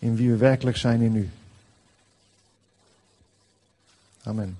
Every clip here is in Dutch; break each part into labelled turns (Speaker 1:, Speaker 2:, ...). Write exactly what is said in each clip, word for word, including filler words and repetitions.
Speaker 1: in wie we werkelijk zijn in u. Amen.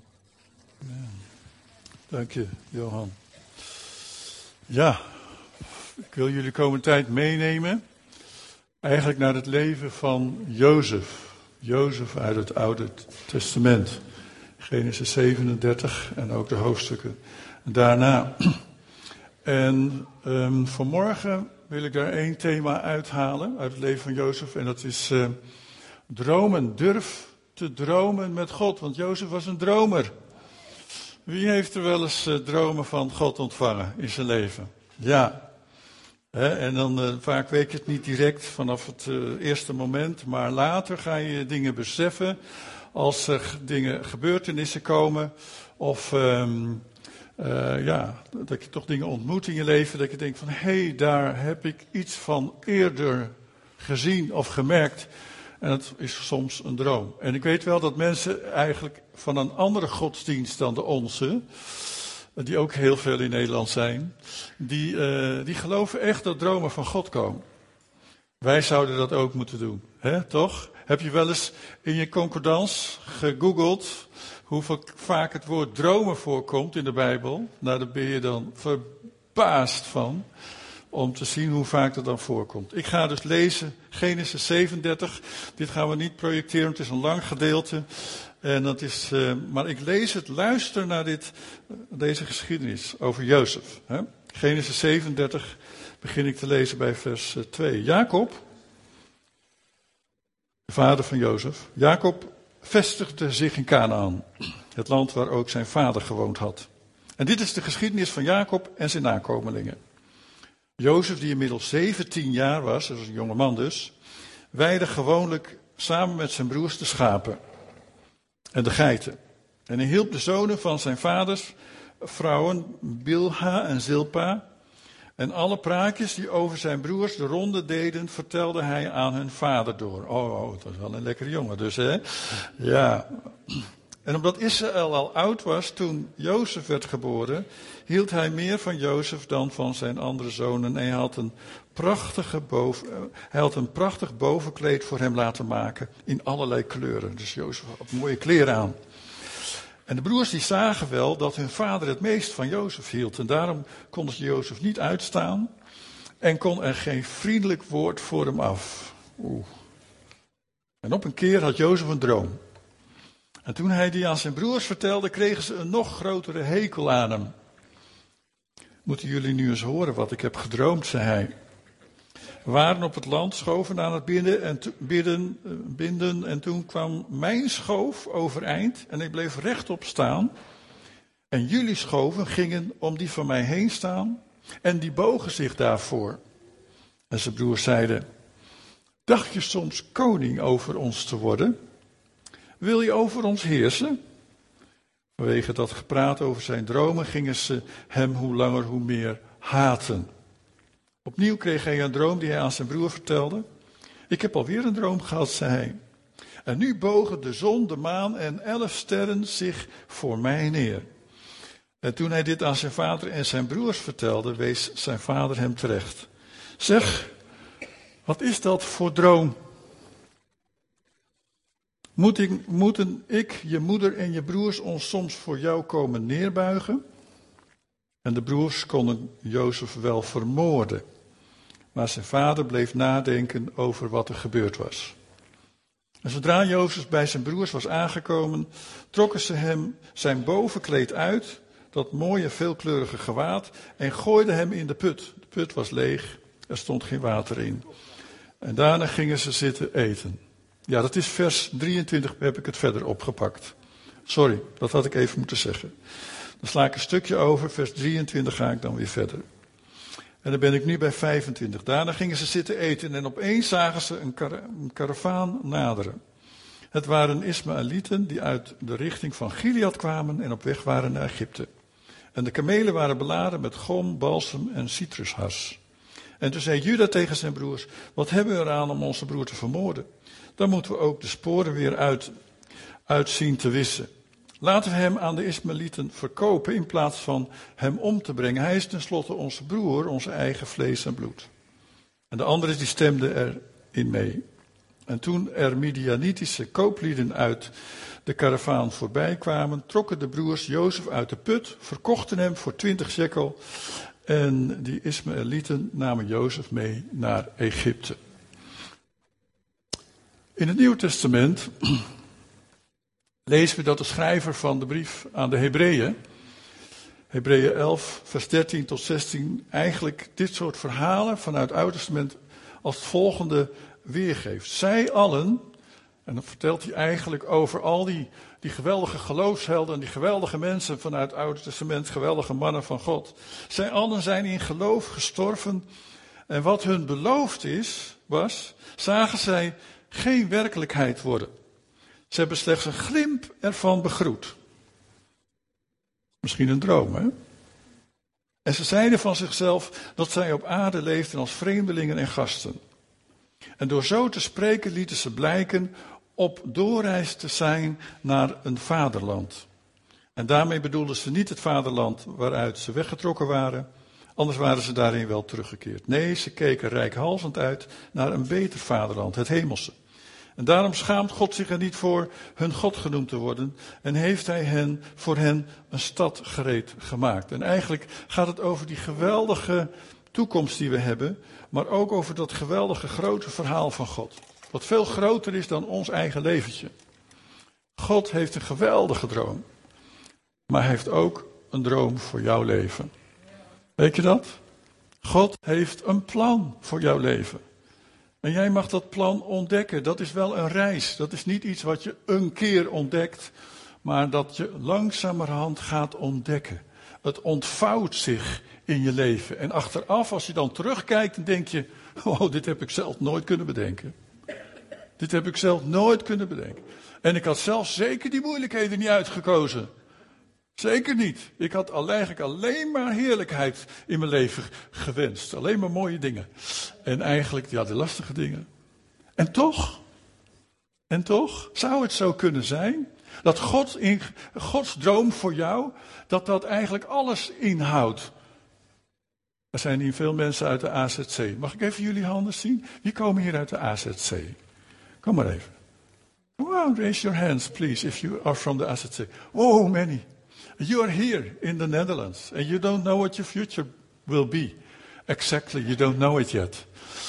Speaker 2: Dank je, Johan. Ja, ik wil jullie komende tijd meenemen, eigenlijk naar het leven van Jozef. Jozef uit het Oude Testament. Genesis zevenendertig en ook de hoofdstukken daarna. En um, vanmorgen wil ik daar één thema uithalen uit het leven van Jozef. En dat is uh, dromen. Durf te dromen met God. Want Jozef was een dromer. Wie heeft er wel eens uh, dromen van God ontvangen in zijn leven? Ja. He, en dan uh, vaak weet je het niet direct vanaf het uh, eerste moment. Maar later ga je dingen beseffen. Als er dingen, gebeurtenissen komen. Of um, uh, ja, dat je toch dingen ontmoet in je leven. Dat je denkt van, hé, hey, daar heb ik iets van eerder gezien of gemerkt. En dat is soms een droom. En ik weet wel dat mensen eigenlijk van een andere godsdienst dan de onze, die ook heel veel in Nederland zijn, die, uh, die geloven echt dat dromen van God komen. Wij zouden dat ook moeten doen, hè, toch? Heb je wel eens in je concordans gegoogeld hoeveel vaak het woord dromen voorkomt in de Bijbel? Nou, daar ben je dan verbaasd van. Om te zien hoe vaak dat dan voorkomt. Ik ga dus lezen Genesis zevenendertig. Dit gaan we niet projecteren, het is een lang gedeelte. En dat is, uh, maar ik lees het, luister naar dit, deze geschiedenis over Jozef. Hè? Genesis zevenendertig begin ik te lezen bij vers twee. Jacob, de vader van Jozef. Jacob vestigde zich in Kanaan, het land waar ook zijn vader gewoond had. En dit is de geschiedenis van Jacob en zijn nakomelingen. Jozef, die inmiddels zeventien jaar was, dat was een jonge man dus, weidde gewoonlijk samen met zijn broers de schapen en de geiten. En hij hielp de zonen van zijn vaders vrouwen, Bilha en Zilpa. En alle praatjes die over zijn broers de ronde deden, vertelde hij aan hun vader door. Oh, oh, het was wel een lekkere jongen dus, hè? Ja. En omdat Israël al oud was toen Jozef werd geboren, hield hij meer van Jozef dan van zijn andere zonen. En hij had een, prachtige boven, hij had een prachtig bovenkleed voor hem laten maken in allerlei kleuren. Dus Jozef had mooie kleren aan. En de broers die zagen wel dat hun vader het meest van Jozef hield. En daarom konden ze Jozef niet uitstaan en kon er geen vriendelijk woord voor hem af. Oeh. En op een keer had Jozef een droom. En toen hij die aan zijn broers vertelde, kregen ze een nog grotere hekel aan hem. Moeten jullie nu eens horen wat ik heb gedroomd, zei hij. We waren op het land, schoven aan het bidden en, to, bidden, binden en toen kwam mijn schoof overeind en ik bleef rechtop staan. En jullie schoven gingen om die van mij heen staan en die bogen zich daarvoor. En zijn broers zeiden, dacht je soms koning over ons te worden? Wil je over ons heersen? Vanwege dat gepraat over zijn dromen gingen ze hem hoe langer hoe meer haten. Opnieuw kreeg hij een droom die hij aan zijn broer vertelde. Ik heb alweer een droom gehad, zei hij. En nu bogen de zon, de maan en elf sterren zich voor mij neer. En toen hij dit aan zijn vader en zijn broers vertelde, wees zijn vader hem terecht. Zeg, wat is dat voor droom? Moet ik, moeten ik, je moeder en je broers ons soms voor jou komen neerbuigen? En de broers konden Jozef wel vermoorden. Maar zijn vader bleef nadenken over wat er gebeurd was. En zodra Jozef bij zijn broers was aangekomen, trokken ze hem zijn bovenkleed uit, dat mooie veelkleurige gewaad, en gooiden hem in de put. De put was leeg, er stond geen water in. En daarna gingen ze zitten eten. Ja, dat is vers drieëntwintig, heb ik het verder opgepakt. Sorry, dat had ik even moeten zeggen. Dan sla ik een stukje over, vers drieëntwintig ga ik dan weer verder. En dan ben ik nu bij vijfentwintig. Daarna gingen ze zitten eten en opeens zagen ze een, kar- een karavaan naderen. Het waren Ismaëlieten die uit de richting van Gilead kwamen en op weg waren naar Egypte. En de kamelen waren beladen met gom, balsem en citrushars. En toen zei Juda tegen zijn broers, wat hebben we eraan om onze broer te vermoorden? Dan moeten we ook de sporen weer uit, uit zien te wissen. Laten we hem aan de Ismaëlieten verkopen in plaats van hem om te brengen. Hij is tenslotte onze broer, onze eigen vlees en bloed. En de anderen die stemden erin mee. En toen er Midianitische kooplieden uit de karavaan voorbij kwamen, trokken de broers Jozef uit de put, verkochten hem voor twintig shekel en die Ismaëlieten namen Jozef mee naar Egypte. In het Nieuwe Testament lezen we dat de schrijver van de brief aan de Hebreeën, Hebreeën elf, vers dertien tot zestien, eigenlijk dit soort verhalen vanuit het Oude Testament als het volgende weergeeft. Zij allen, en dan vertelt hij eigenlijk over al die, die geweldige geloofshelden en die geweldige mensen vanuit het Oude Testament, geweldige mannen van God. Zij allen zijn in geloof gestorven en wat hun beloofd is, was, zagen zij geen werkelijkheid worden. Ze hebben slechts een glimp ervan begroet. Misschien een droom, hè? En ze zeiden van zichzelf dat zij op aarde leefden als vreemdelingen en gasten. En door zo te spreken lieten ze blijken op doorreis te zijn naar een vaderland. En daarmee bedoelden ze niet het vaderland waaruit ze weggetrokken waren, anders waren ze daarin wel teruggekeerd. Nee, ze keken reikhalzend uit naar een beter vaderland, het hemelse. En daarom schaamt God zich er niet voor hun God genoemd te worden en heeft hij hen, voor hen een stad gereed gemaakt. En eigenlijk gaat het over die geweldige toekomst die we hebben, maar ook over dat geweldige grote verhaal van God. Wat veel groter is dan ons eigen leventje. God heeft een geweldige droom, maar hij heeft ook een droom voor jouw leven. Weet je dat? God heeft een plan voor jouw leven. En jij mag dat plan ontdekken. Dat is wel een reis. Dat is niet iets wat je een keer ontdekt, maar dat je langzamerhand gaat ontdekken. Het ontvouwt zich in je leven. En achteraf, als je dan terugkijkt, dan denk je, oh, dit heb ik zelf nooit kunnen bedenken. Dit heb ik zelf nooit kunnen bedenken. En ik had zelf zeker die moeilijkheden niet uitgekozen. Zeker niet. Ik had eigenlijk alleen maar heerlijkheid in mijn leven gewenst. Alleen maar mooie dingen. En eigenlijk, ja, de lastige dingen. En toch, en toch, zou het zo kunnen zijn dat God in Gods droom voor jou, dat dat eigenlijk alles inhoudt. Er zijn hier veel mensen uit de A Z C. Mag ik even jullie handen zien? Wie komen hier uit de A Z C? Kom maar even. Come on, raise your hands, please, if you are from the A Z C. Oh, many. You are here in the Netherlands and you don't know what your future will be. Exactly, you don't know it yet.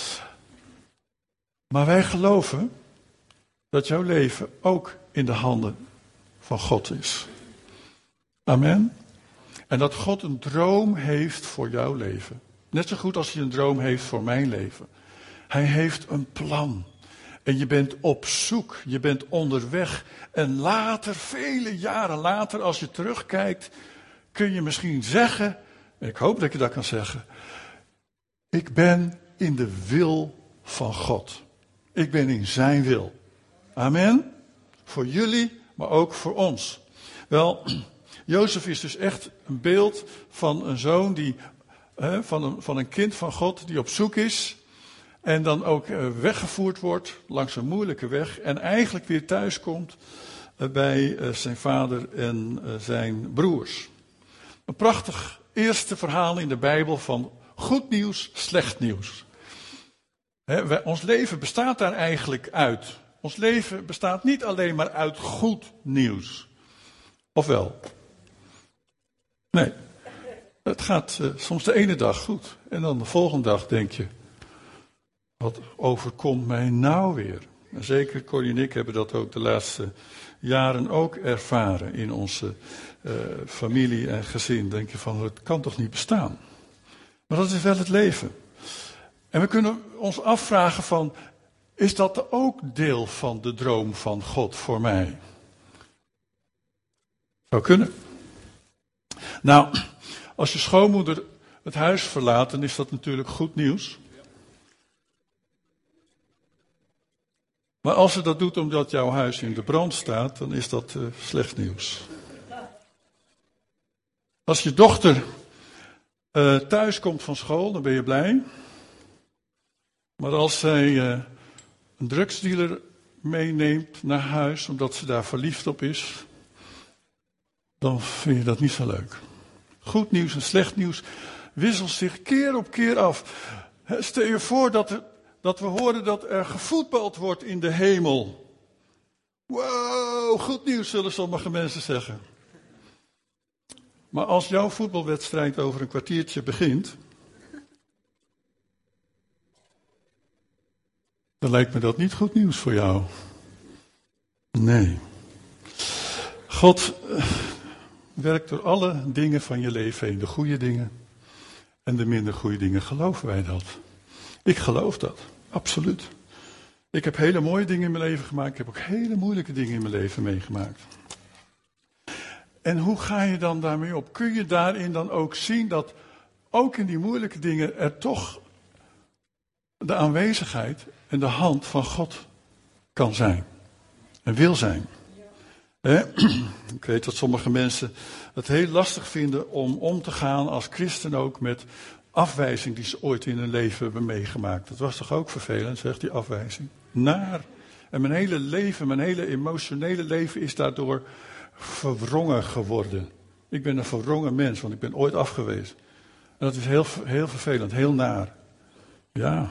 Speaker 2: Maar wij geloven dat jouw leven ook in de handen van God is. Amen. En dat God een droom heeft voor jouw leven. Net zo goed als hij een droom heeft voor mijn leven. Hij heeft een plan. En je bent op zoek, je bent onderweg. En later, vele jaren later, als je terugkijkt, kun je misschien zeggen, en ik hoop dat je dat kan zeggen, ik ben in de wil van God. Ik ben in zijn wil. Amen. Voor jullie, maar ook voor ons. Wel, Jozef is dus echt een beeld van een zoon die, hè, van, een, van een kind van God die op zoek is. En dan ook weggevoerd wordt langs een moeilijke weg. En eigenlijk weer thuis komt bij zijn vader en zijn broers. Een prachtig eerste verhaal in de Bijbel van goed nieuws, slecht nieuws. He, wij, ons leven bestaat daar eigenlijk uit. Ons leven bestaat niet alleen maar uit goed nieuws. Of wel? Nee. Het gaat uh, soms de ene dag goed. En dan de volgende dag denk je, wat overkomt mij nou weer? En zeker Corrie en ik hebben dat ook de laatste jaren ook ervaren in onze uh, familie en gezin. Denk je van, het kan toch niet bestaan? Maar dat is wel het leven. En we kunnen ons afvragen van, is dat ook deel van de droom van God voor mij? Zou kunnen. Nou, als je schoonmoeder het huis verlaat, dan is dat natuurlijk goed nieuws. Maar als ze dat doet omdat jouw huis in de brand staat, dan is dat uh, slecht nieuws. Als je dochter uh, thuis komt van school, dan ben je blij. Maar als zij uh, een drugsdealer meeneemt naar huis, omdat ze daar verliefd op is, dan vind je dat niet zo leuk. Goed nieuws en slecht nieuws wisselt zich keer op keer af. Stel je voor dat er Dat we horen dat er gevoetbald wordt in de hemel. Wow, goed nieuws zullen sommige mensen zeggen. Maar als jouw voetbalwedstrijd over een kwartiertje begint, dan lijkt me dat niet goed nieuws voor jou. Nee. God werkt door alle dingen van je leven heen. De goede dingen en de minder goede dingen. Geloven wij dat? Ik geloof dat. Absoluut. Ik heb hele mooie dingen in mijn leven gemaakt. Ik heb ook hele moeilijke dingen in mijn leven meegemaakt. En hoe ga je dan daarmee op? Kun je daarin dan ook zien dat ook in die moeilijke dingen er toch de aanwezigheid en de hand van God kan zijn. En wil zijn. Ja. Ik weet dat sommige mensen het heel lastig vinden om om te gaan als christen ook met afwijzing die ze ooit in hun leven hebben meegemaakt. Dat was toch ook vervelend, zegt die afwijzing. Naar. En mijn hele leven, mijn hele emotionele leven is daardoor verwrongen geworden. Ik ben een verwrongen mens, want ik ben ooit afgewezen. En dat is heel, heel vervelend, heel naar. Ja.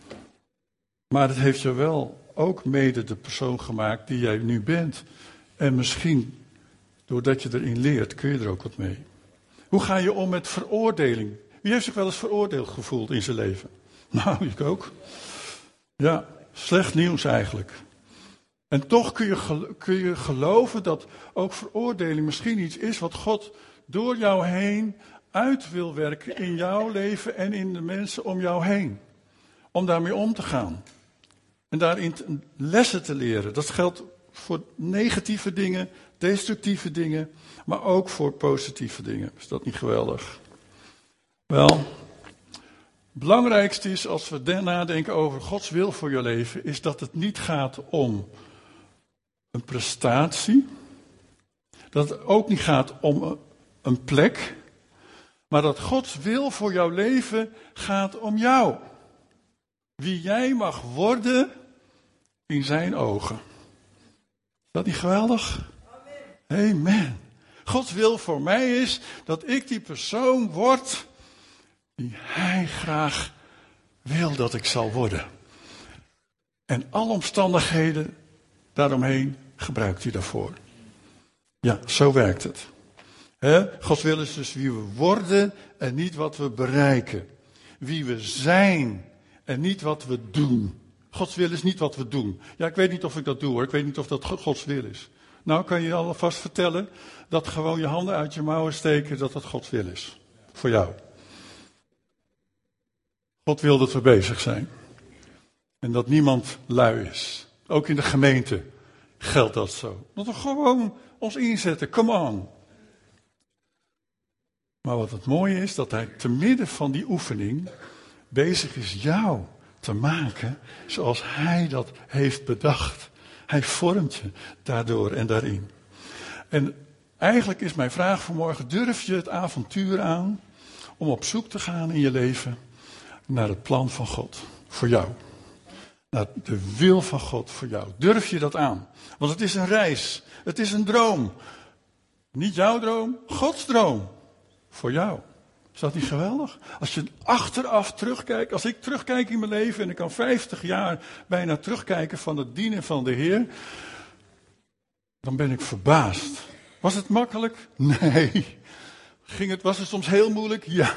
Speaker 2: Maar het heeft je wel ook mede de persoon gemaakt die jij nu bent. En misschien, doordat je erin leert, kun je er ook wat mee. Hoe ga je om met veroordeling? Wie heeft zich wel eens veroordeeld gevoeld in zijn leven? Nou, ik ook. Ja, slecht nieuws eigenlijk. En toch kun je, kun je geloven dat ook veroordeling misschien iets is wat God door jou heen uit wil werken in jouw leven en in de mensen om jou heen. Om daarmee om te gaan. En daarin lessen te leren. Dat geldt voor negatieve dingen, destructieve dingen, maar ook voor positieve dingen. Is dat niet geweldig? Wel, het belangrijkste is als we nadenken over Gods wil voor je leven, is dat het niet gaat om een prestatie. Dat het ook niet gaat om een plek. Maar dat Gods wil voor jouw leven gaat om jou. Wie jij mag worden in zijn ogen. Is dat niet geweldig? Amen. Amen. Gods wil voor mij is dat ik die persoon word die hij graag wil dat ik zal worden. En alle omstandigheden daaromheen gebruikt hij daarvoor. Ja, zo werkt het. He? Gods wil is dus wie we worden en niet wat we bereiken. Wie we zijn en niet wat we doen. Gods wil is niet wat we doen. Ja, ik weet niet of ik dat doe hoor. Ik weet niet of dat Gods wil is. Nou kan je alvast vertellen dat gewoon je handen uit je mouwen steken, dat dat Gods wil is. Voor jou. God wil dat we bezig zijn. En dat niemand lui is. Ook in de gemeente geldt dat zo. Dat we gewoon ons inzetten. Come on. Maar wat het mooie is, dat hij te midden van die oefening bezig is jou te maken zoals hij dat heeft bedacht. Hij vormt je daardoor en daarin. En eigenlijk is mijn vraag vanmorgen, durf je het avontuur aan om op zoek te gaan in je leven naar het plan van God voor jou. Naar de wil van God voor jou. Durf je dat aan? Want het is een reis. Het is een droom. Niet jouw droom, Gods droom. Voor jou. Is dat niet geweldig? Als je achteraf terugkijkt, als ik terugkijk in mijn leven en ik kan vijftig jaar bijna terugkijken van het dienen van de Heer, dan ben ik verbaasd. Was het makkelijk? Nee. Ging het, was het soms heel moeilijk? Ja.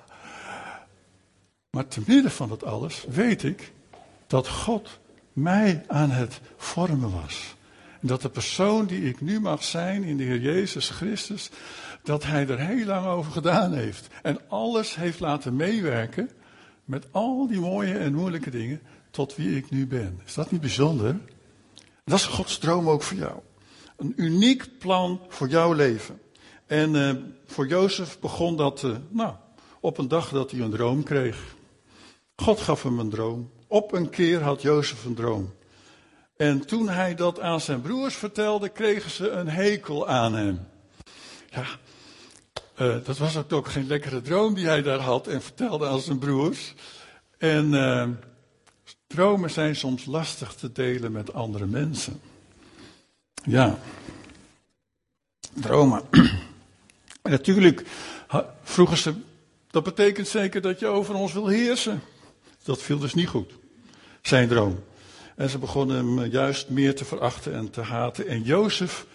Speaker 2: Maar te midden van dat alles weet ik dat God mij aan het vormen was. En dat de persoon die ik nu mag zijn in de Heer Jezus Christus, dat hij er heel lang over gedaan heeft. En alles heeft laten meewerken met al die mooie en moeilijke dingen tot wie ik nu ben. Is dat niet bijzonder? Dat is Gods droom ook voor jou. Een uniek plan voor jouw leven. En uh, voor Jozef begon dat uh, nou, op een dag dat hij een droom kreeg. God gaf hem een droom. Op een keer had Jozef een droom. En toen hij dat aan zijn broers vertelde, kregen ze een hekel aan hem. Ja, uh, dat was ook, ook geen lekkere droom die hij daar had en vertelde aan zijn broers. En uh, dromen zijn soms lastig te delen met andere mensen. Ja, dromen. En natuurlijk vroegen ze, dat betekent zeker dat je over ons wil heersen. Dat viel dus niet goed. zijn droom. En ze begonnen hem juist meer te verachten en te haten. En Jozef,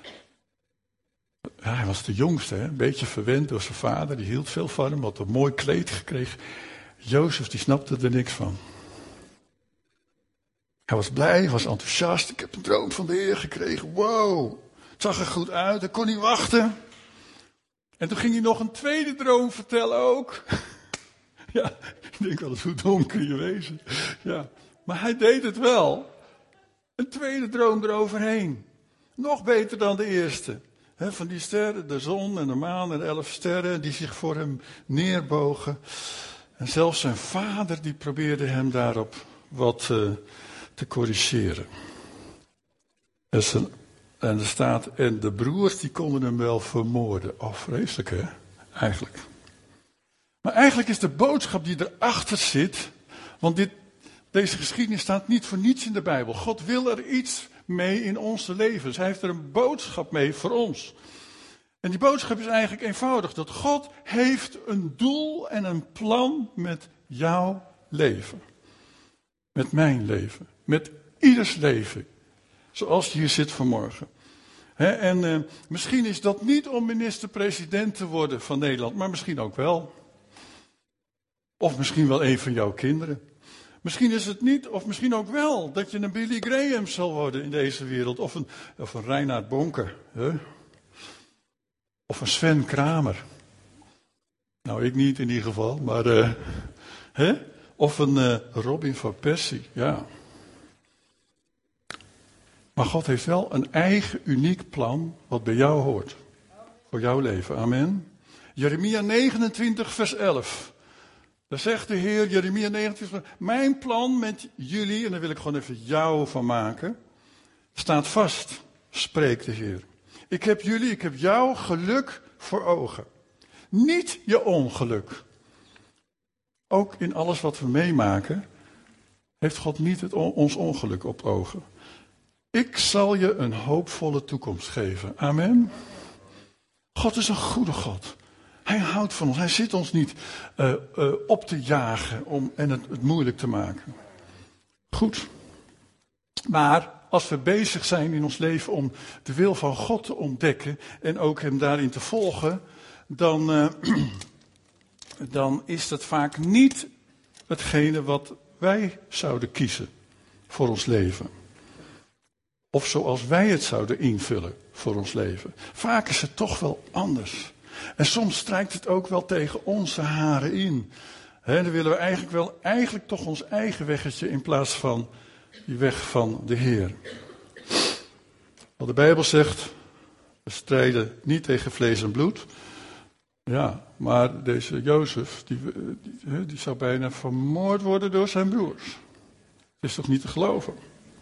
Speaker 2: ja, hij was de jongste, hè? Een beetje verwend door zijn vader. Die hield veel van hem, had een mooi kleed gekregen. Jozef, die snapte er niks van. Hij was blij, was enthousiast. Ik heb een droom van de Heer gekregen. Wow, het zag er goed uit, hij kon niet wachten. En toen ging hij nog een tweede droom vertellen ook. Ja, ik denk wel eens, hoe dom kun je wezen. Ja, maar hij deed het wel. Een tweede droom eroverheen. Nog beter dan de eerste. He, van die sterren, de zon en de maan en de elf sterren die zich voor hem neerbogen. En zelfs zijn vader die probeerde hem daarop wat uh, te corrigeren. En, zijn, en er staat, en de broers die konden hem wel vermoorden. Oh, vreselijk hè, eigenlijk. Maar eigenlijk is de boodschap die erachter zit, want dit, deze geschiedenis staat niet voor niets in de Bijbel. God wil er iets mee in onze levens. Hij heeft er een boodschap mee voor ons. En die boodschap is eigenlijk eenvoudig. Dat God heeft een doel en een plan met jouw leven. Met mijn leven. Met ieders leven. Zoals je hier zit vanmorgen. He, en uh, misschien is dat niet om minister-president te worden van Nederland. Maar misschien ook wel. Of misschien wel een van jouw kinderen. Misschien is het niet, of misschien ook wel, dat je een Billy Graham zal worden in deze wereld. Of een, of een Reinhard Bonke. Hè? Of een Sven Kramer. Nou, ik niet in ieder geval, maar... Uh, hè? Of een uh, Robin van Persie, ja. Maar God heeft wel een eigen uniek plan wat bij jou hoort. Voor jouw leven, amen. Jeremia negenentwintig vers elf. Daar zegt de Heer, Jeremia negenentwintig, mijn plan met jullie, en daar wil ik gewoon even jou van maken, staat vast, spreekt de Heer. Ik heb jullie, ik heb jouw geluk voor ogen. Niet je ongeluk. Ook in alles wat we meemaken, heeft God niet het on, ons ongeluk op ogen. Ik zal je een hoopvolle toekomst geven. Amen. God is een goede God. Hij houdt van ons. Hij zit ons niet uh, uh, op te jagen om, en het, het moeilijk te maken. Goed. Maar als we bezig zijn in ons leven om de wil van God te ontdekken en ook hem daarin te volgen, dan, uh, dan is dat vaak niet hetgene wat wij zouden kiezen voor ons leven. Of zoals wij het zouden invullen voor ons leven. Vaak is het toch wel anders. En soms strijkt het ook wel tegen onze haren in. He, dan willen we eigenlijk wel, eigenlijk toch ons eigen weggetje in plaats van die weg van de Heer. Wat de Bijbel zegt, we strijden niet tegen vlees en bloed. Ja, maar deze Jozef, die, die, die zou bijna vermoord worden door zijn broers. Dat is toch niet te geloven?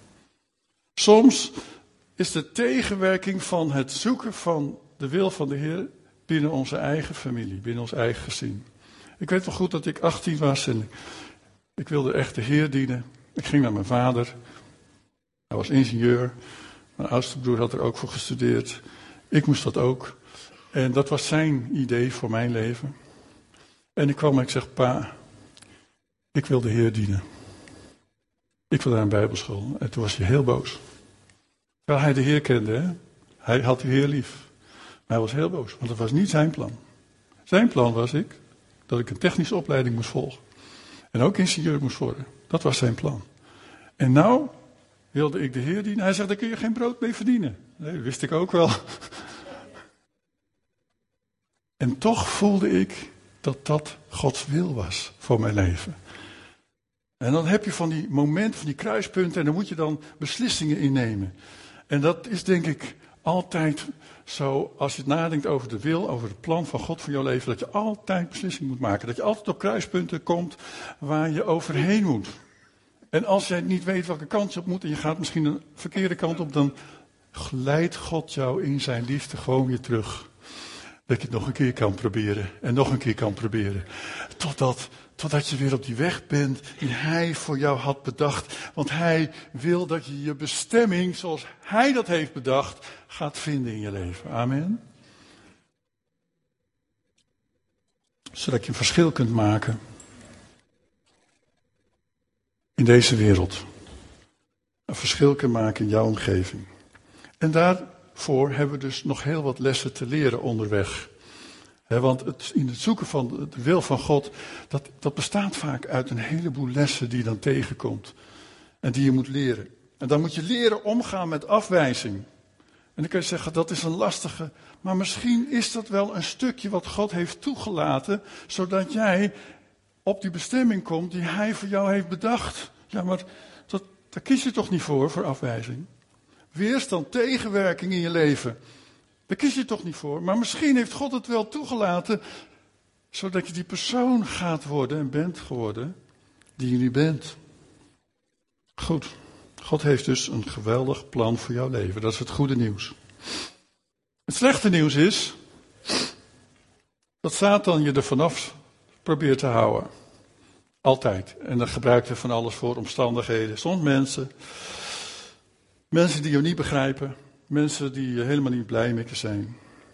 Speaker 2: Soms is de tegenwerking van het zoeken van de wil van de Heer binnen onze eigen familie, binnen ons eigen gezin. Ik weet wel goed dat ik achttien was en ik wilde echt de Heer dienen. Ik ging naar mijn vader. Hij was ingenieur. Mijn oudste broer had er ook voor gestudeerd. Ik moest dat ook. En dat was zijn idee voor mijn leven. En ik kwam en ik zeg, pa, ik wil de Heer dienen. Ik wil naar een bijbelschool. En toen was hij heel boos. Terwijl hij de Heer kende, hè. Hij had de Heer lief. Maar hij was heel boos, want dat was niet zijn plan. Zijn plan was ik, dat ik een technische opleiding moest volgen. En ook ingenieur moest worden. Dat was zijn plan. En nou wilde ik de Heer dienen. Hij zegt, daar kun je geen brood mee verdienen. Nee, dat wist ik ook wel. En toch voelde ik dat dat Gods wil was voor mijn leven. En dan heb je van die momenten, van die kruispunten, en dan moet je dan beslissingen innemen. En dat is denk ik altijd zo, als je nadenkt over de wil, over het plan van God voor jouw leven, dat je altijd beslissingen moet maken. Dat je altijd op kruispunten komt waar je overheen moet. En als jij niet weet welke kant je op moet en je gaat misschien een verkeerde kant op, dan glijdt God jou in zijn liefde gewoon weer terug. Dat je het nog een keer kan proberen en nog een keer kan proberen. Totdat, totdat je weer op die weg bent die hij voor jou had bedacht. Want hij wil dat je je bestemming, zoals hij dat heeft bedacht, gaat vinden in je leven. Amen. Zodat je een verschil kunt maken in deze wereld. Een verschil kan maken in jouw omgeving. En daarvoor hebben we dus nog heel wat lessen te leren onderweg. He, want het, in het zoeken van de wil van God, dat, dat bestaat vaak uit een heleboel lessen die je dan tegenkomt. En die je moet leren. En dan moet je leren omgaan met afwijzing. En dan kun je zeggen, dat is een lastige. Maar misschien is dat wel een stukje wat God heeft toegelaten, zodat jij op die bestemming komt die Hij voor jou heeft bedacht. Ja, maar dat, daar kies je toch niet voor, voor afwijzing? Weerstand, tegenwerking in je leven. Daar kies je toch niet voor. Maar misschien heeft God het wel toegelaten, zodat je die persoon gaat worden en bent geworden die je nu bent. Goed. God heeft dus een geweldig plan voor jouw leven. Dat is het goede nieuws. Het slechte nieuws is dat Satan je er vanaf probeert te houden. Altijd. En dan gebruikt hij van alles voor omstandigheden. Soms mensen. Mensen die je niet begrijpen. Mensen die helemaal niet blij met je zijn.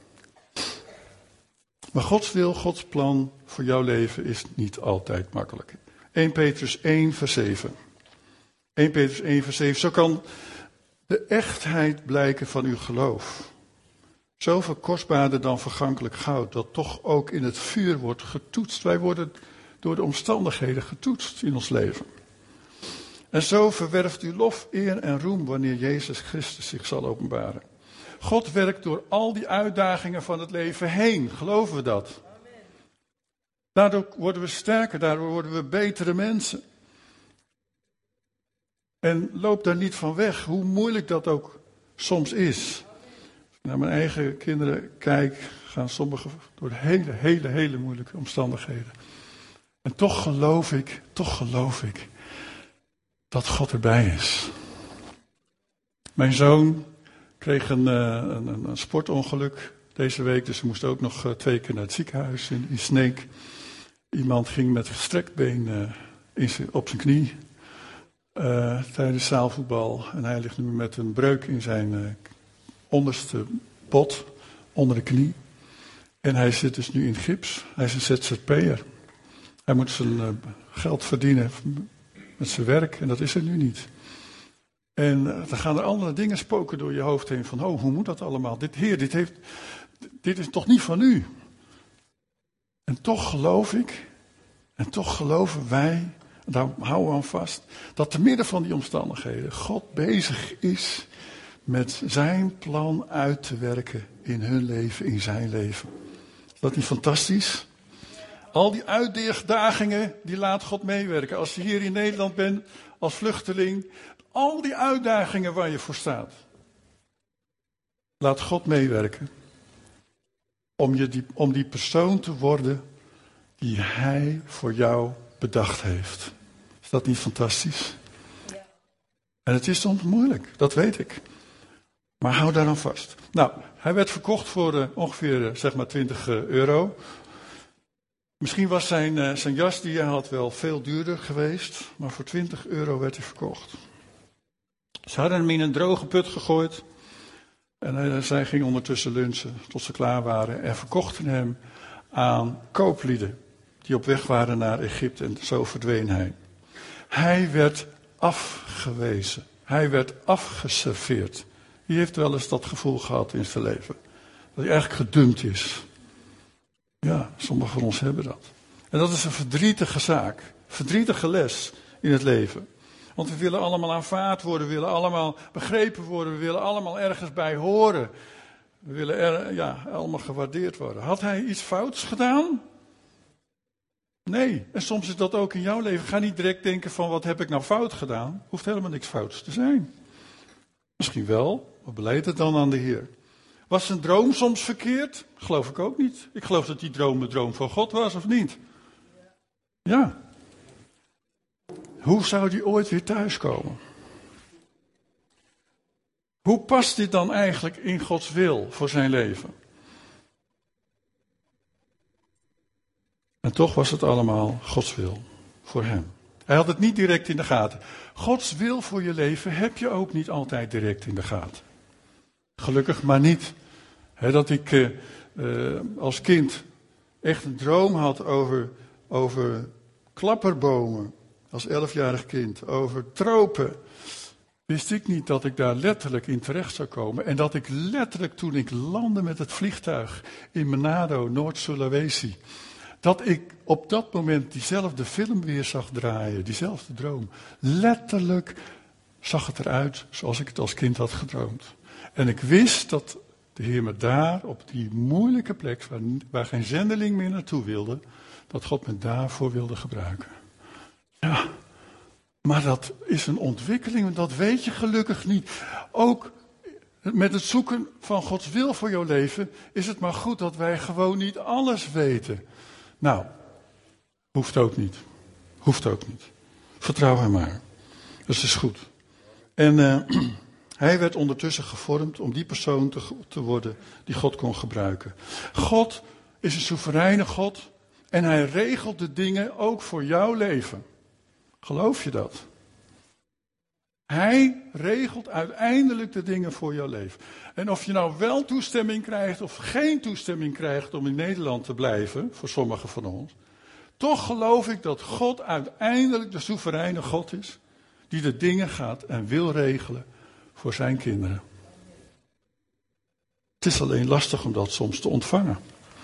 Speaker 2: Maar Gods wil, Gods plan voor jouw leven is niet altijd makkelijk. Eerste Petrus één vers zeven. Eerste Petrus één vers zeven. Zo kan de echtheid blijken van uw geloof. Zoveel kostbaarder dan vergankelijk goud, dat toch ook in het vuur wordt getoetst. Wij worden door de omstandigheden getoetst in ons leven. En zo verwerft u lof, eer en roem wanneer Jezus Christus zich zal openbaren. God werkt door al die uitdagingen van het leven heen. Geloven we dat? Daardoor worden we sterker, daardoor worden we betere mensen. En loop daar niet van weg, hoe moeilijk dat ook soms is. Als ik naar mijn eigen kinderen kijk, gaan sommigen door hele, hele, hele moeilijke omstandigheden. En toch geloof ik, toch geloof ik dat God erbij is. Mijn zoon kreeg een, een, een sportongeluk deze week, dus ze moest ook nog twee keer naar het ziekenhuis in, in Sneek. Iemand ging met gestrekt been uh, in zijn, op zijn knie uh, tijdens zaalvoetbal. En hij ligt nu met een breuk in zijn uh, onderste bot, onder de knie. En hij zit dus nu in gips. Hij is een Z Z P'er. Hij moet zijn uh, geld verdienen met zijn werk en dat is er nu niet. En uh, dan gaan er andere dingen spoken door je hoofd heen van, oh, hoe moet dat allemaal? Dit Heer, dit, heeft, dit is toch niet van u? En toch geloof ik, en toch geloven wij, daar houden we aan vast, dat te midden van die omstandigheden God bezig is met zijn plan uit te werken in hun leven, in zijn leven. Is dat niet fantastisch? Al die uitdagingen, die laat God meewerken. Als je hier in Nederland bent, als vluchteling, al die uitdagingen waar je voor staat. Laat God meewerken. Om, je die, om die persoon te worden die Hij voor jou bedacht heeft. Is dat niet fantastisch? Ja. En het is soms moeilijk, dat weet ik. Maar hou daar aan vast. Nou, hij werd verkocht voor uh, ongeveer uh, zeg maar twintig euro. Misschien was zijn, uh, zijn jas die hij had wel veel duurder geweest. Maar voor twintig euro werd hij verkocht. Ze hadden hem in een droge put gegooid. En uh, zij ging ondertussen lunchen tot ze klaar waren. En verkochten hem aan kooplieden die op weg waren naar Egypte. En zo verdween hij. Hij werd afgewezen. Hij werd afgeserveerd. Wie heeft wel eens dat gevoel gehad in zijn leven? Dat hij eigenlijk gedumpt is. Ja, sommigen van ons hebben dat. En dat is een verdrietige zaak. Verdrietige les in het leven. Want we willen allemaal aanvaard worden. We willen allemaal begrepen worden. We willen allemaal ergens bij horen. We willen er, ja, allemaal gewaardeerd worden. Had hij iets fouts gedaan? Nee. En soms is dat ook in jouw leven. Ga niet direct denken van wat heb ik nou fout gedaan. Hoeft helemaal niks fouts te zijn. Misschien wel, maar beleid het dan aan de Heer. Was zijn droom soms verkeerd? Geloof ik ook niet. Ik geloof dat die droom de droom van God was, of niet? Ja. Hoe zou die ooit weer thuiskomen? Hoe past dit dan eigenlijk in Gods wil voor zijn leven? En toch was het allemaal Gods wil voor hem. Hij had het niet direct in de gaten. Gods wil voor je leven heb je ook niet altijd direct in de gaten. Gelukkig maar niet. He, dat ik uh, uh, als kind echt een droom had over, over klapperbomen. als elfjarig kind over tropen, wist ik niet dat ik daar letterlijk in terecht zou komen. En dat ik letterlijk toen ik landde met het vliegtuig in Manado, Noord-Sulawesi, dat ik op dat moment diezelfde film weer zag draaien, diezelfde droom. Letterlijk zag het eruit zoals ik het als kind had gedroomd. En ik wist dat de Heer me daar, op die moeilijke plek, waar, waar geen zendeling meer naartoe wilde, dat God me daarvoor wilde gebruiken. Ja, maar dat is een ontwikkeling, dat weet je gelukkig niet. Ook met het zoeken van Gods wil voor jouw leven is het maar goed dat wij gewoon niet alles weten. Nou, hoeft ook niet. Hoeft ook niet. Vertrouw hem maar. Dus het is goed. En uh, hij werd ondertussen gevormd om die persoon te, te worden die God kon gebruiken. God is een soevereine God en hij regelt de dingen ook voor jouw leven. Geloof je dat? Hij regelt uiteindelijk de dingen voor jouw leven. En of je nou wel toestemming krijgt of geen toestemming krijgt om in Nederland te blijven, voor sommigen van ons, toch geloof ik dat God uiteindelijk de soevereine God is, die de dingen gaat en wil regelen voor zijn kinderen. Het is alleen lastig om dat soms te ontvangen.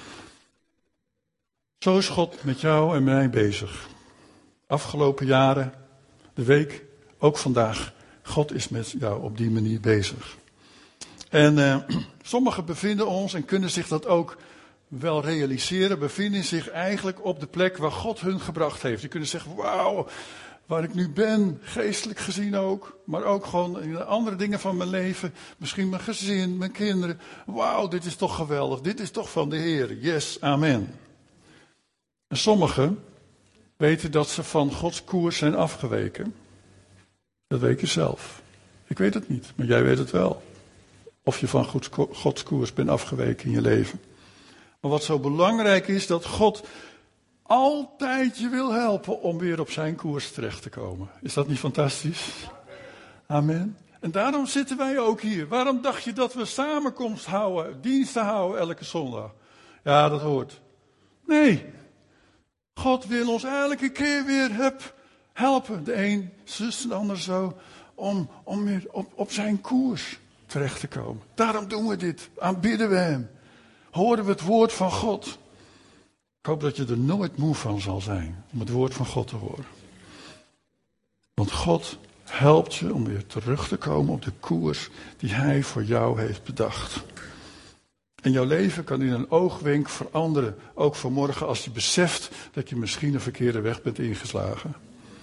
Speaker 2: Zo is God met jou en mij bezig. Afgelopen jaren, de week, ook vandaag. God is met jou op die manier bezig. En uh, sommigen bevinden ons en kunnen zich dat ook wel realiseren, bevinden zich eigenlijk op de plek waar God hun gebracht heeft. Die kunnen zeggen, wauw, waar ik nu ben, geestelijk gezien ook, maar ook gewoon in andere dingen van mijn leven, misschien mijn gezin, mijn kinderen. Wauw, dit is toch geweldig, dit is toch van de Heer. Yes, amen. En sommigen weten dat ze van Gods koers zijn afgeweken. Dat weet je zelf. Ik weet het niet, maar jij weet het wel. Of je van Gods, Gods koers bent afgeweken in je leven. Maar wat zo belangrijk is, dat God altijd je wil helpen om weer op zijn koers terecht te komen. Is dat niet fantastisch? Amen. En daarom zitten wij ook hier. Waarom dacht je dat we samenkomst houden, diensten houden elke zondag? Ja, dat hoort. Nee. God wil ons elke keer weer hup, helpen. De een zus, de ander zo. Om, om weer op, op zijn koers terecht te komen. Daarom doen we dit. Aanbidden we hem. Horen we het woord van God. Ik hoop dat je er nooit moe van zal zijn om het woord van God te horen. Want God helpt je om weer terug te komen op de koers die hij voor jou heeft bedacht. En jouw leven kan in een oogwenk veranderen. Ook vanmorgen als je beseft dat je misschien een verkeerde weg bent ingeslagen.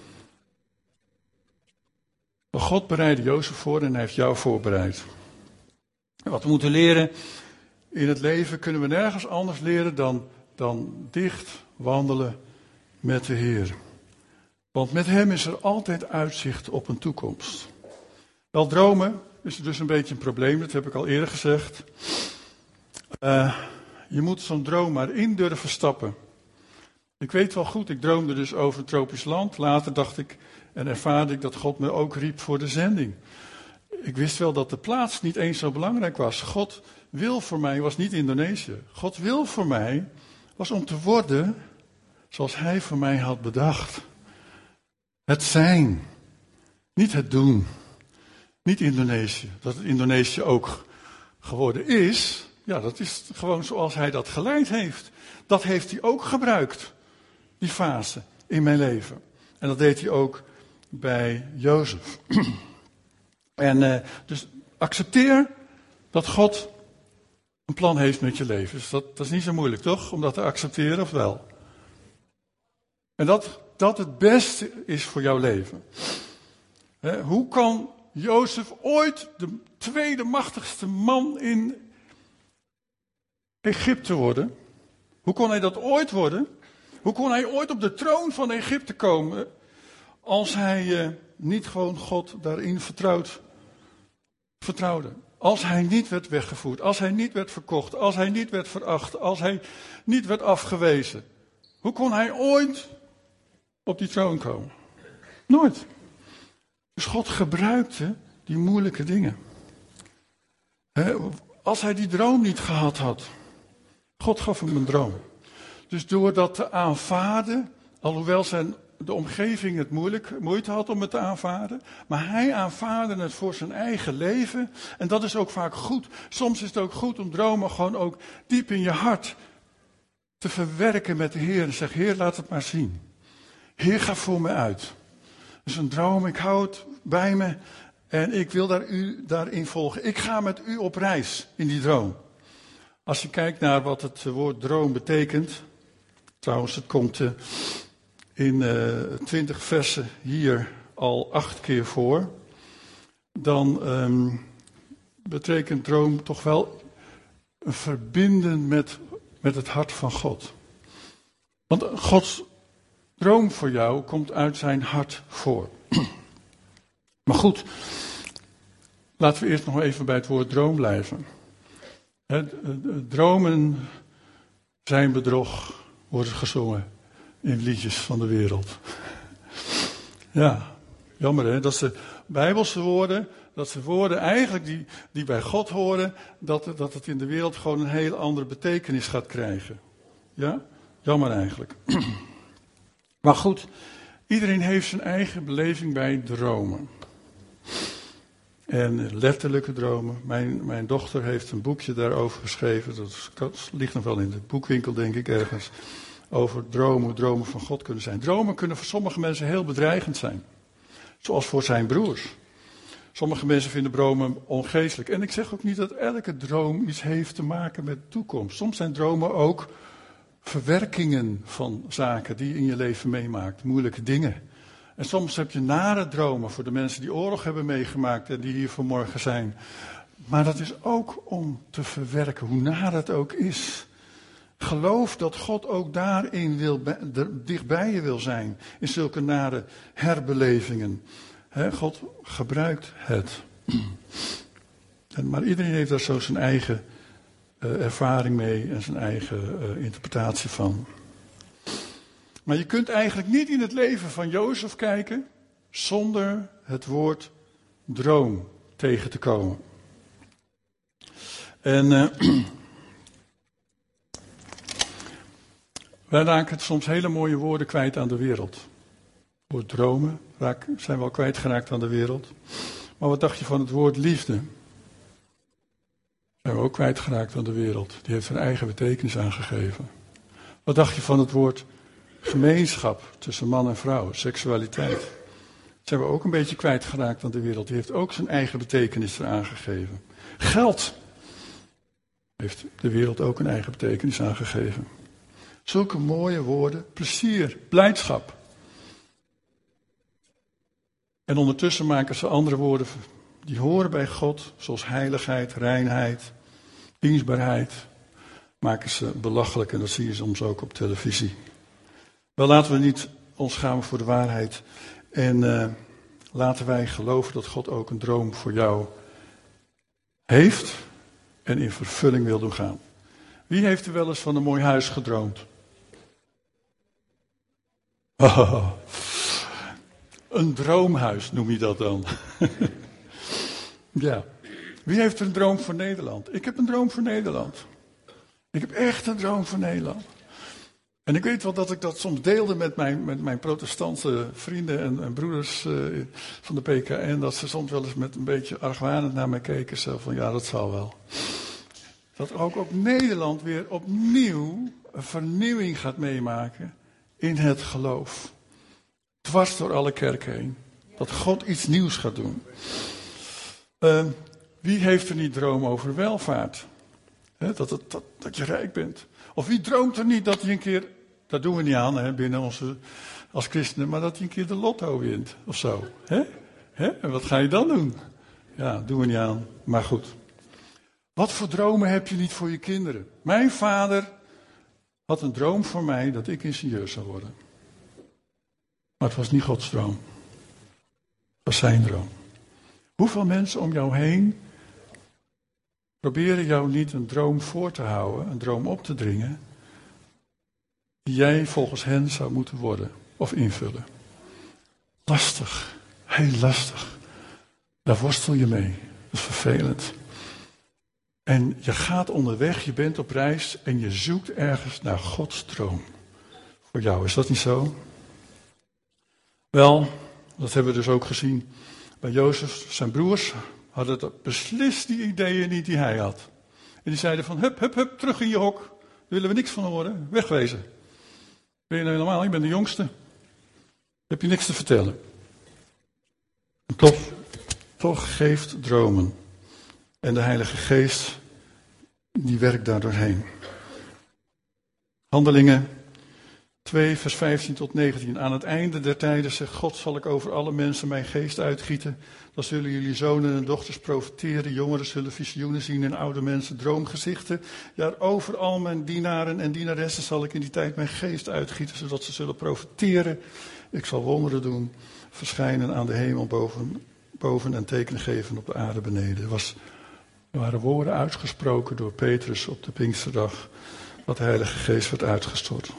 Speaker 2: Maar God bereidde Jozef voor en hij heeft jou voorbereid. En wat we moeten leren in het leven kunnen we nergens anders leren dan, dan dicht wandelen met de Heer. Want met hem is er altijd uitzicht op een toekomst. Wel, dromen is dus een beetje een probleem, dat heb ik al eerder gezegd. Uh, je moet zo'n droom maar in durven stappen. Ik weet wel goed, ik droomde dus over een tropisch land. Later dacht ik en ervaarde ik dat God me ook riep voor de zending. Ik wist wel dat de plaats niet eens zo belangrijk was. God wil voor mij was niet Indonesië. God wil voor mij was om te worden zoals hij voor mij had bedacht. Het zijn, niet het doen. Niet Indonesië. Dat het Indonesië ook geworden is, ja, dat is gewoon zoals hij dat geleid heeft. Dat heeft hij ook gebruikt, die fase in mijn leven. En dat deed hij ook bij Jozef. En uh, dus accepteer dat God een plan heeft met je leven. Dus dat, dat is niet zo moeilijk, toch? Om dat te accepteren, of wel? En dat dat het beste is voor jouw leven. He, hoe kan Jozef ooit de tweede machtigste man in Egypte worden? Hoe kon hij dat ooit worden? Hoe kon hij ooit op de troon van Egypte komen als hij uh, niet gewoon God daarin vertrouwd, vertrouwde? Als hij niet werd weggevoerd, als hij niet werd verkocht, als hij niet werd veracht, als hij niet werd afgewezen. Hoe kon hij ooit op die troon komen? Nooit. Dus God gebruikte die moeilijke dingen. He, als hij die droom niet gehad had. God gaf hem een droom. Dus door dat te aanvaarden, alhoewel zijn de omgeving het moeilijk, moeite had om het te aanvaarden. Maar hij aanvaarde het voor zijn eigen leven. En dat is ook vaak goed. Soms is het ook goed om dromen gewoon ook diep in je hart te verwerken met de Heer. En zeg, Heer, laat het maar zien. Heer, ga voor me uit. Dus een droom, ik hou het bij me. En ik wil daar u daarin volgen. Ik ga met u op reis in die droom. Als je kijkt naar wat het woord droom betekent. Trouwens, het komt uh, in twintig uh, versen hier al acht keer voor. Dan um, betekent droom toch wel een verbinden met, met het hart van God. Want Gods droom voor jou komt uit zijn hart voor. Maar goed, laten we eerst nog even bij het woord droom blijven. He, dromen zijn bedrog, wordt gezongen in liedjes van de wereld. Ja, jammer hè, dat ze Bijbelse woorden, dat ze woorden eigenlijk die, die bij God horen, dat, dat het in de wereld gewoon een heel andere betekenis gaat krijgen. Ja, jammer eigenlijk. Maar goed, iedereen heeft zijn eigen beleving bij dromen. En letterlijke dromen. Mijn, mijn dochter heeft een boekje daarover geschreven. Dat, dat ligt nog wel in de boekwinkel, denk ik, ergens. Over dromen, hoe dromen van God kunnen zijn. Dromen kunnen voor sommige mensen heel bedreigend zijn. Zoals voor zijn broers. Sommige mensen vinden dromen ongeestelijk. En ik zeg ook niet dat elke droom iets heeft te maken met de toekomst. Soms zijn dromen ook verwerkingen van zaken die je in je leven meemaakt. Moeilijke dingen. En soms heb je nare dromen voor de mensen die oorlog hebben meegemaakt en die hier vanmorgen zijn. Maar dat is ook om te verwerken, hoe naar het ook is. Geloof dat God ook daarin wil, dichtbij je wil zijn, in zulke nare herbelevingen. He, God gebruikt het. En, maar iedereen heeft daar zo zijn eigen uh, ervaring mee en zijn eigen uh, interpretatie van. Maar je kunt eigenlijk niet in het leven van Jozef kijken zonder het woord droom tegen te komen. En uh, wij raken soms hele mooie woorden kwijt aan de wereld. Het woord dromen raak, zijn we al kwijtgeraakt aan de wereld. Maar wat dacht je van het woord liefde? Zijn we ook kwijtgeraakt aan de wereld. Die heeft zijn eigen betekenis aangegeven. Wat dacht je van het woord gemeenschap tussen man en vrouw, seksualiteit? Zijn we ook een beetje kwijtgeraakt aan de wereld. Die heeft ook zijn eigen betekenis eraan gegeven. Geld heeft de wereld ook een eigen betekenis aangegeven. Zulke mooie woorden. Plezier, blijdschap. En ondertussen maken ze andere woorden die horen bij God, zoals heiligheid, reinheid, dienstbaarheid, maken ze belachelijk en dat zie je soms ook op televisie. Wel, laten we niet ons schamen voor de waarheid en uh, laten wij geloven dat God ook een droom voor jou heeft en in vervulling wil doen gaan. Wie heeft er wel eens van een mooi huis gedroomd? Oh, een droomhuis noem je dat dan. Ja. Wie heeft er een droom voor Nederland? Ik heb een droom voor Nederland. Ik heb echt een droom voor Nederland. En ik weet wel dat ik dat soms deelde met mijn, met mijn protestantse vrienden en, en broeders uh, van de P K N. Dat ze soms wel eens met een beetje argwanend naar mij keken. Zo van, ja, dat zal wel. Dat ook op Nederland weer opnieuw een vernieuwing gaat meemaken in het geloof. Dwars door alle kerken heen. Dat God iets nieuws gaat doen. Uh, wie heeft er niet droom over welvaart? He, dat, het, dat, dat je rijk bent. Of wie droomt er niet dat hij een keer, dat doen we niet aan hè, binnen onze, als christenen, maar dat hij een keer de lotto wint of zo. He? He? En wat ga je dan doen? Ja, doen we niet aan, maar goed. Wat voor dromen heb je niet voor je kinderen? Mijn vader had een droom voor mij dat ik ingenieur zou worden. Maar het was niet Gods droom. Het was zijn droom. Hoeveel mensen om jou heen proberen jou niet een droom voor te houden, een droom op te dringen, die jij volgens hen zou moeten worden of invullen. Lastig, heel lastig. Daar worstel je mee. Dat is vervelend. En je gaat onderweg, je bent op reis en je zoekt ergens naar Gods droom. Voor jou, is dat niet zo? Wel, dat hebben we dus ook gezien bij Jozef. Zijn broers hadden dat beslist die ideeën niet die hij had. En die zeiden van, hup, hup, hup, terug in je hok. Daar willen we niks van horen, wegwezen. Ben je nou helemaal, ik ben de jongste. Heb je niks te vertellen. En toch, toch geeft dromen. En de Heilige Geest, die werkt daar doorheen. Handelingen twee, vers vijftien tot negentien. Aan het einde der tijden zegt God, zal ik over alle mensen mijn geest uitgieten. Dan zullen jullie zonen en dochters profeteren. Jongeren zullen visioenen zien en oude mensen droomgezichten. Ja, over al mijn dienaren en dienaressen zal ik in die tijd mijn geest uitgieten, zodat ze zullen profeteren. Ik zal wonderen doen, verschijnen aan de hemel boven, boven en tekenen geven op de aarde beneden. Er, was, er waren woorden uitgesproken door Petrus op de Pinksterdag, dat de Heilige Geest werd uitgestort.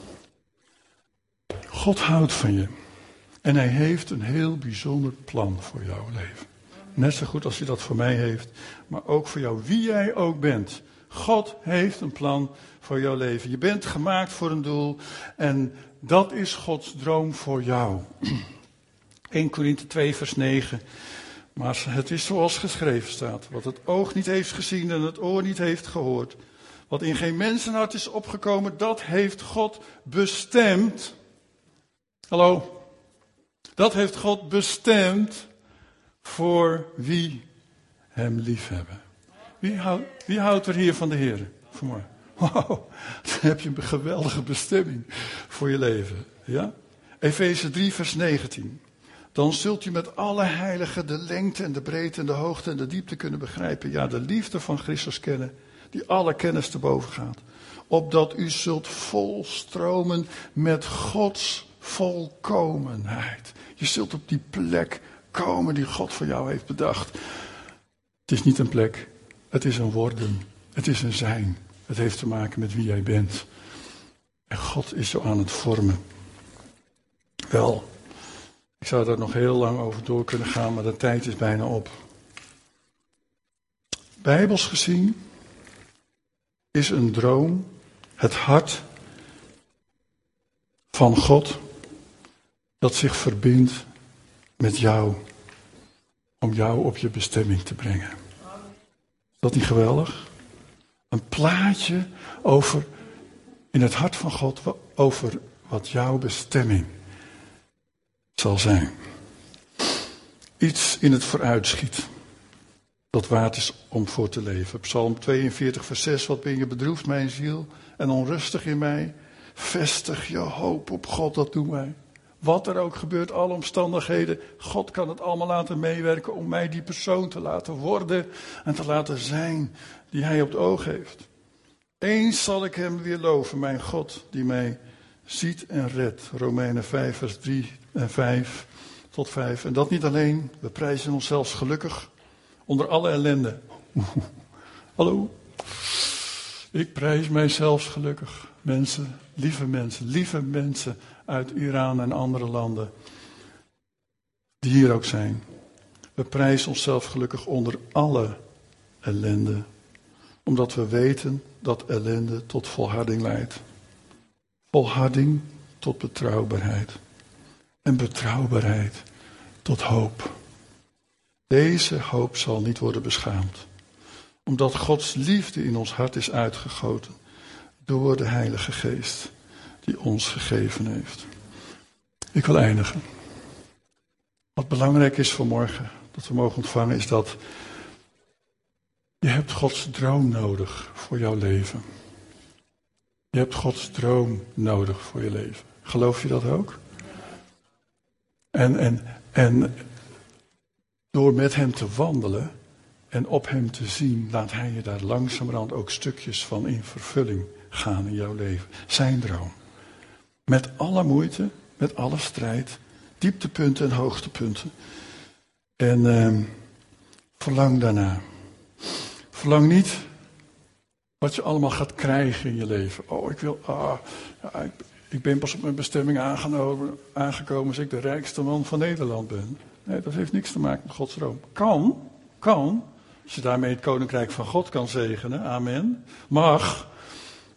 Speaker 2: God houdt van je. En hij heeft een heel bijzonder plan voor jouw leven. Net zo goed als hij dat voor mij heeft, maar ook voor jou, wie jij ook bent. God heeft een plan voor jouw leven. Je bent gemaakt voor een doel en dat is Gods droom voor jou. Eerste Korinthe twee vers negen. Maar het is zoals geschreven staat. Wat het oog niet heeft gezien en het oor niet heeft gehoord. Wat in geen mensenhart is opgekomen, dat heeft God bestemd. Hallo? Dat heeft God bestemd voor wie hem liefhebben. Wie, houd, wie houdt er hier van de Heer vanmorgen? Wow, dan heb je een geweldige bestemming voor je leven. Ja? Efeze drie vers negentien. Dan zult u met alle heiligen de lengte en de breedte en de hoogte en de diepte kunnen begrijpen. Ja, de liefde van Christus kennen, die alle kennis te boven gaat. Opdat u zult volstromen met Gods volkomenheid. Je zult op die plek komen die God voor jou heeft bedacht. Het is niet een plek, het is een worden, het is een zijn. Het heeft te maken met wie jij bent. En God is zo aan het vormen. Wel, ik zou daar nog heel lang over door kunnen gaan, maar de tijd is bijna op. Bijbels gezien is een droom het hart van God dat zich verbindt met jou om jou op je bestemming te brengen. Is dat niet geweldig? Een plaatje over, in het hart van God, over wat jouw bestemming zal zijn. Iets in het vooruitschiet, dat waard is om voor te leven. Psalm tweeënveertig vers zes, wat ben je bedroefd mijn ziel en onrustig in mij. Vestig je hoop op God, dat doen wij. Wat er ook gebeurt, alle omstandigheden, God kan het allemaal laten meewerken om mij die persoon te laten worden en te laten zijn die hij op het oog heeft. Eens zal ik hem weer loven, mijn God, die mij ziet en redt. Romeinen vijf vers drie en vijf tot vijf. En dat niet alleen, we prijzen ons zelfs gelukkig onder alle ellende. Hallo? Ik prijs mij zelfs gelukkig. Mensen, lieve mensen, lieve mensen uit Iran en andere landen, die hier ook zijn. We prijzen onszelf gelukkig onder alle ellende, omdat we weten dat ellende tot volharding leidt. Volharding tot betrouwbaarheid. En betrouwbaarheid tot hoop. Deze hoop zal niet worden beschaamd, omdat Gods liefde in ons hart is uitgegoten door de Heilige Geest die ons gegeven heeft. Ik wil eindigen. Wat belangrijk is voor morgen, dat we mogen ontvangen, is dat je hebt Gods droom nodig voor jouw leven. Je hebt Gods droom nodig voor je leven. Geloof je dat ook? En, en, en door met hem te wandelen en op hem te zien, laat hij je daar langzamerhand ook stukjes van in vervulling gaan in jouw leven. Zijn droom. Met alle moeite, met alle strijd, dieptepunten en hoogtepunten. En uh, verlang daarna. Verlang niet wat je allemaal gaat krijgen in je leven. Oh, ik wil, ah, ja, ik, ik ben pas op mijn bestemming aangenomen, aangekomen als ik de rijkste man van Nederland ben. Nee, dat heeft niks te maken met Gods droom. Kan, kan, als je daarmee het koninkrijk van God kan zegenen, amen, mag.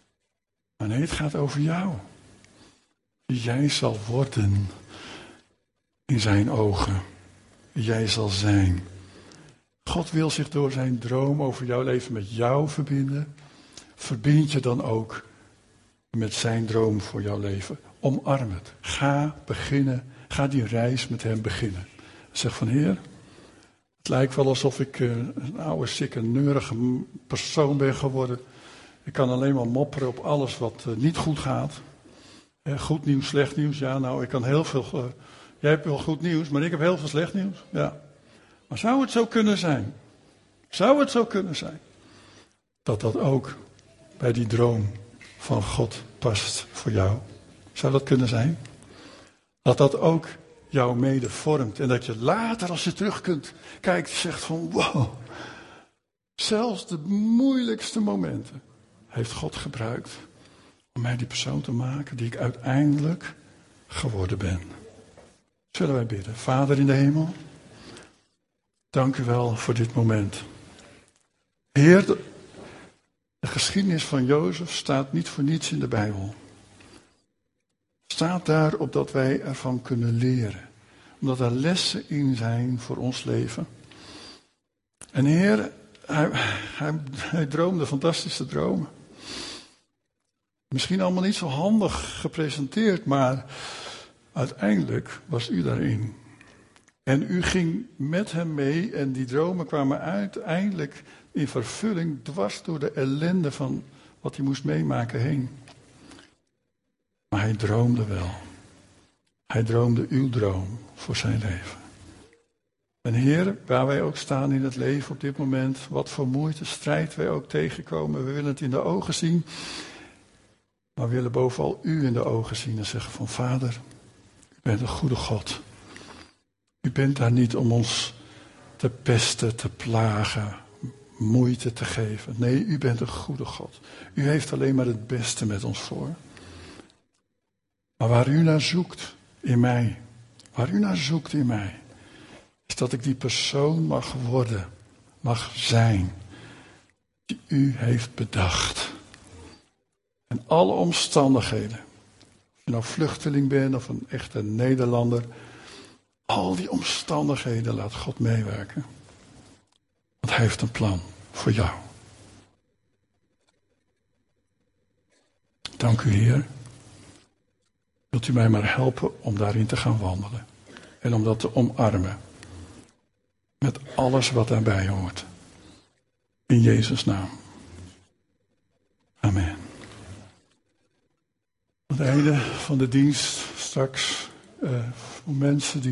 Speaker 2: Maar nee, het gaat over jou. Wie jij zal worden in zijn ogen. Jij zal zijn. God wil zich door zijn droom over jouw leven met jou verbinden. Verbind je dan ook met zijn droom voor jouw leven. Omarm het. Ga beginnen. Ga die reis met hem beginnen. Zeg van Heer, het lijkt wel alsof ik een oude, sikke, neurige persoon ben geworden. Ik kan alleen maar mopperen op alles wat niet goed gaat. Goed nieuws, slecht nieuws. Ja, nou, ik kan heel veel... Jij hebt wel goed nieuws, maar ik heb heel veel slecht nieuws. Ja. Maar zou het zo kunnen zijn? Zou het zo kunnen zijn? Dat dat ook bij die droom van God past voor jou? Zou dat kunnen zijn? Dat dat ook jou mede vormt. En dat je later, als je terug kunt kijken, zegt van wow. Zelfs de moeilijkste momenten heeft God gebruikt om mij die persoon te maken die ik uiteindelijk geworden ben. Zullen wij bidden. Vader in de hemel, dank u wel voor dit moment. Heer, de, de geschiedenis van Jozef staat niet voor niets in de Bijbel. Staat daar opdat wij ervan kunnen leren. Omdat er lessen in zijn voor ons leven. En Heer, hij, hij, hij droomde fantastische dromen. Misschien allemaal niet zo handig gepresenteerd, maar uiteindelijk was u daarin. En u ging met hem mee en die dromen kwamen uiteindelijk in vervulling dwars door de ellende van wat hij moest meemaken heen. Maar hij droomde wel. Hij droomde uw droom voor zijn leven. En Heer, waar wij ook staan in het leven op dit moment, wat voor moeite, strijd wij ook tegenkomen, we willen het in de ogen zien. Maar we willen bovenal u in de ogen zien en zeggen van Vader, u bent een goede God. U bent daar niet om ons te pesten, te plagen, moeite te geven. Nee, u bent een goede God. U heeft alleen maar het beste met ons voor. Maar waar u naar zoekt in mij, waar u naar zoekt in mij, is dat ik die persoon mag worden, mag zijn, die u heeft bedacht. En alle omstandigheden, of je nou vluchteling bent of een echte Nederlander, al die omstandigheden laat God meewerken. Want hij heeft een plan voor jou. Dank u, Heer. Wilt u mij maar helpen om daarin te gaan wandelen. En om dat te omarmen. Met alles wat daarbij hoort. In Jezus' naam. Amen. Aan het einde van de dienst straks uh, voor mensen die